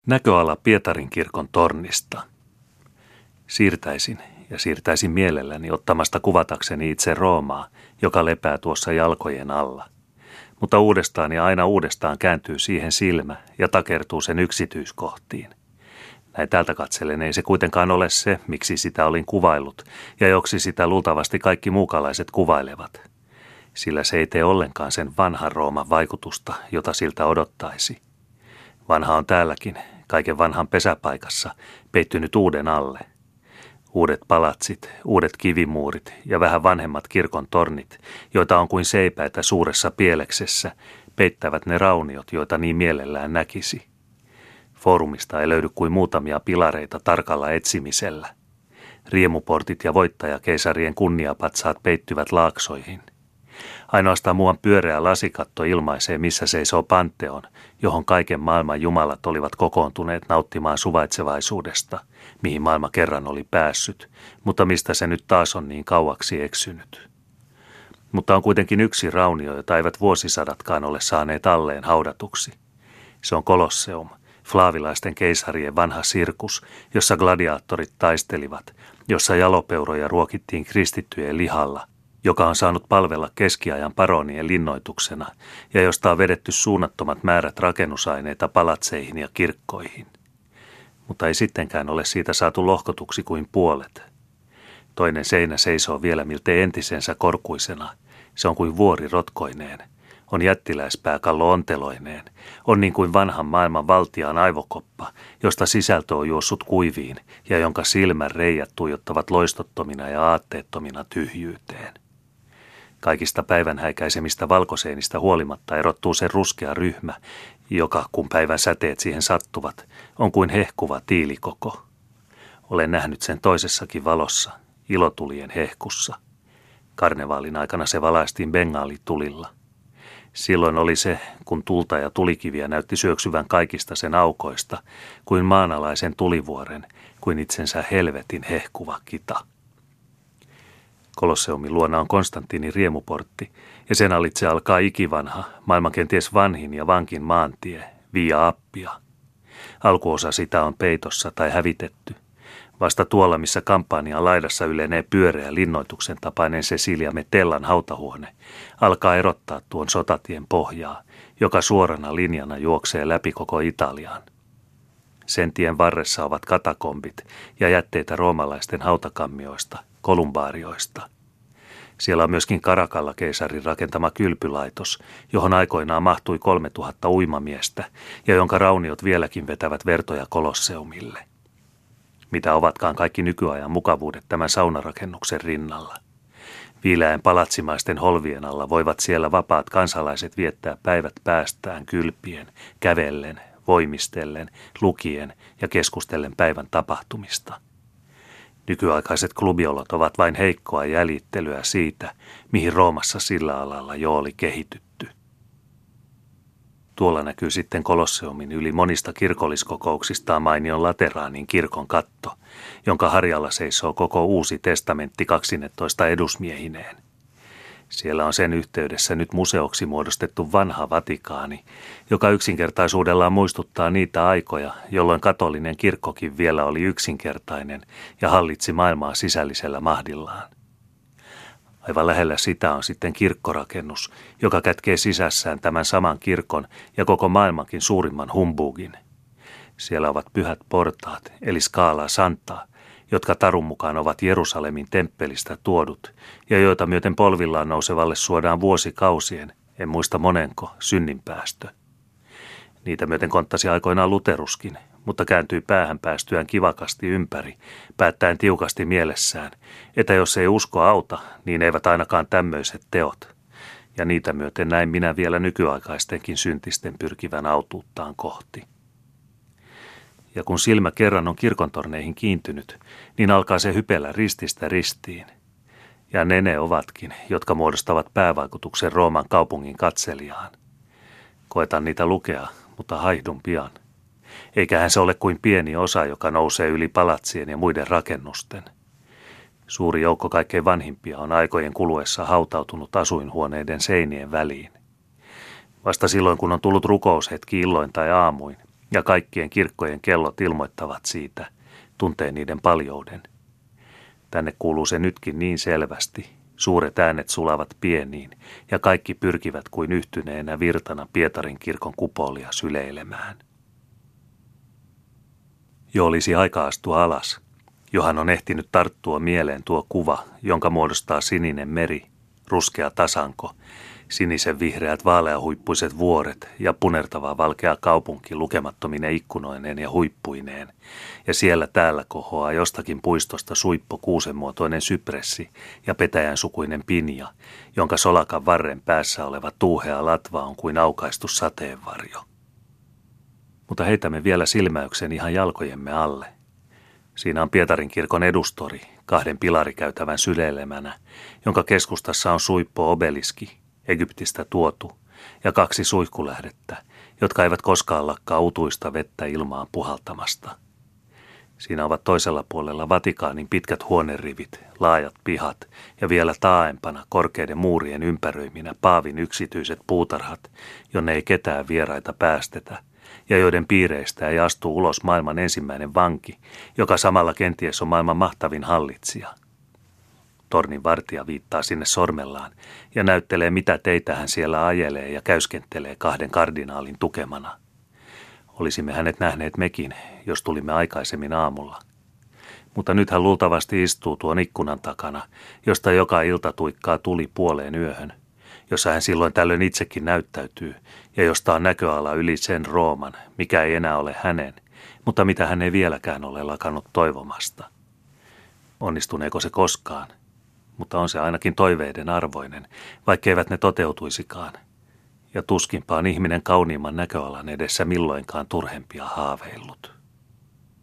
Näköala Pietarin kirkon tornista. Siirtäisin mielelläni ottamasta kuvatakseni itse Roomaa, joka lepää tuossa jalkojen alla. Mutta uudestaan ja aina uudestaan kääntyy siihen silmä ja takertuu sen yksityiskohtiin. Näin täältä katsellen ei se kuitenkaan ole se, miksi sitä olin kuvaillut ja joksi sitä luultavasti kaikki muukalaiset kuvailevat. Sillä se ei tee ollenkaan sen vanhan Rooman vaikutusta, jota siltä odottaisi. Vanha on täälläkin, kaiken vanhan pesäpaikassa, peittynyt uuden alle. Uudet palatsit, uudet kivimuurit ja vähän vanhemmat kirkon tornit, joita on kuin seipäitä suuressa pieleksessä, peittävät ne rauniot, joita niin mielellään näkisi. Foorumista ei löydy kuin muutamia pilareita tarkalla etsimisellä. Riemuportit ja voittajakeisarien kunniapatsaat peittyvät laaksoihin. Ainoastaan muuan pyöreä lasikatto ilmaisee, missä seisoo Pantheon, johon kaiken maailman jumalat olivat kokoontuneet nauttimaan suvaitsevaisuudesta, mihin maailma kerran oli päässyt, mutta mistä se nyt taas on niin kauaksi eksynyt. Mutta on kuitenkin yksi raunio, jota eivät vuosisadatkaan ole saaneet alleen haudatuksi. Se on Kolosseum, flaavilaisten keisarien vanha sirkus, jossa gladiaattorit taistelivat, jossa jalopeuroja ruokittiin kristittyjen lihalla, joka on saanut palvella keskiajan paronien linnoituksena ja josta on vedetty suunnattomat määrät rakennusaineita palatseihin ja kirkkoihin. Mutta ei sittenkään ole siitä saatu lohkotuksi kuin puolet. Toinen seinä seisoo vielä miltei entisensä korkuisena. Se on kuin vuori rotkoineen. On jättiläispääkallo onteloineen. On niin kuin vanhan maailman valtiaan aivokoppa, josta sisältö on juossut kuiviin ja jonka silmän reijät tuijottavat loistottomina ja aatteettomina tyhjyyteen. Kaikista päivänhäikäisemistä valkoseinistä huolimatta erottuu se ruskea ryhmä, joka, kun päivän säteet siihen sattuvat, on kuin hehkuva tiilikoko. Olen nähnyt sen toisessakin valossa, ilotulien hehkussa. Karnevaalin aikana se valaistiin bengaalitulilla. Silloin oli se, kun tulta ja tulikiviä näytti syöksyvän kaikista sen aukoista, kuin maanalaisen tulivuoren, kuin itsensä helvetin hehkuva kita. Kolosseumin luona on Konstantinin riemuportti, ja sen alitse alkaa ikivanha, maailman kenties vanhin ja vankin maantie, Via Appia. Alkuosa sitä on peitossa tai hävitetty. Vasta tuolla, missä kampanjan laidassa ylenee pyöreä linnoituksen tapainen Cecilia Metellan hautahuone, alkaa erottaa tuon sotatien pohjaa, joka suorana linjana juoksee läpi koko Italiaan. Sen tien varressa ovat katakombit ja jätteitä roomalaisten hautakammioista, kolumbaarioista. Siellä on myöskin Karakalla keisarin rakentama kylpylaitos, johon aikoinaan mahtui 3000 uimamiestä ja jonka rauniot vieläkin vetävät vertoja Kolosseumille. Mitä ovatkaan kaikki nykyajan mukavuudet tämän saunarakennuksen rinnalla? Viileän palatsimaisten holvien alla voivat siellä vapaat kansalaiset viettää päivät päästään kylpien, kävellen, voimistellen, lukien ja keskustellen päivän tapahtumista. Nykyaikaiset klubiolot ovat vain heikkoa jäljittelyä siitä, mihin Roomassa sillä alalla jo oli kehitytty. Tuolla näkyy sitten Kolosseumin yli monista kirkolliskokouksistaan mainion Lateraanin kirkon katto, jonka harjalla seisoo koko Uusi testamentti 12 edusmiehineen. Siellä on sen yhteydessä nyt museoksi muodostettu vanha Vatikaani, joka yksinkertaisuudellaan muistuttaa niitä aikoja, jolloin katolinen kirkkokin vielä oli yksinkertainen ja hallitsi maailmaa sisällisellä mahdillaan. Aivan lähellä sitä on sitten kirkkorakennus, joka kätkee sisässään tämän saman kirkon ja koko maailmankin suurimman humbugin. Siellä ovat pyhät portaat, eli Scala Santa, jotka tarun mukaan ovat Jerusalemin temppelistä tuodut ja joita myöten polvillaan nousevalle suodaan vuosikausien, en muista monenko, synninpäästö. Niitä myöten konttasi aikoinaan Luteruskin, mutta kääntyi päähän päästyään kivakasti ympäri, päättäen tiukasti mielessään, että jos ei usko auta, niin eivät ainakaan tämmöiset teot. Ja niitä myöten näin minä vielä nykyaikaistenkin syntisten pyrkivän autuuttaan kohti. Ja kun silmä kerran on kirkontorneihin kiintynyt, niin alkaa se hypellä rististä ristiin. Ja ne ovatkin, jotka muodostavat päävaikutuksen Rooman kaupungin katselijaan. Koetan niitä lukea, mutta haihdun pian. Eiköhän se ole kuin pieni osa, joka nousee yli palatsien ja muiden rakennusten. Suuri joukko kaikkein vanhimpia on aikojen kuluessa hautautunut asuinhuoneiden seinien väliin. Vasta silloin, kun on tullut rukoushetki illoin tai aamuin, ja kaikkien kirkkojen kellot ilmoittavat siitä, tuntee niiden paljouden. Tänne kuuluu se nytkin niin selvästi. Suuret äänet sulavat pieniin, ja kaikki pyrkivät kuin yhtyneenä virtana Pietarin kirkon kupolia syleilemään. Jo olisi aika astua alas. Johan on ehtinyt tarttua mieleen tuo kuva, jonka muodostaa sininen meri, ruskea tasanko, sinisen vihreät vaaleahuippuiset vuoret ja punertava valkea kaupunki lukemattomine ikkunoineen ja huippuineen, ja siellä täällä kohoaa jostakin puistosta suippo kuusenmuotoinen sypressi ja petäjän sukuinen pinja, jonka solakan varren päässä oleva tuuhea latva on kuin aukaistu sateenvarjo. Mutta heitämme vielä silmäyksen ihan jalkojemme alle. Siinä on Pietarin kirkon edustori, 2 pilarikäytävän syleilemänä, jonka keskustassa on suippo obeliski, Egyptistä tuotu, ja 2 suihkulähdettä, jotka eivät koskaan lakkaa utuista vettä ilmaan puhaltamasta. Siinä ovat toisella puolella Vatikaanin pitkät huonerivit, laajat pihat ja vielä taaempana korkeiden muurien ympäröiminä paavin yksityiset puutarhat, jonne ei ketään vieraita päästetä, ja joiden piireistä ei astu ulos maailman ensimmäinen vanki, joka samalla kenties on maailman mahtavin hallitsija. Tornin vartija viittaa sinne sormellaan ja näyttelee, mitä teitä hän siellä ajelee ja käyskentelee 2 kardinaalin tukemana. Olisimme hänet nähneet mekin, jos tulimme aikaisemmin aamulla. Mutta nyt hän luultavasti istuu tuon ikkunan takana, josta joka ilta tuikkaa tuli puoleen yöhön, jossa hän silloin tällöin itsekin näyttäytyy ja josta on näköala yli sen Rooman, mikä ei enää ole hänen, mutta mitä hän ei vieläkään ole lakannut toivomasta. Onnistuneeko se koskaan? Mutta on se ainakin toiveiden arvoinen, vaikkeivät ne toteutuisikaan. Ja tuskinpa on ihminen kauniimman näköalan edessä milloinkaan turhempia haaveillut.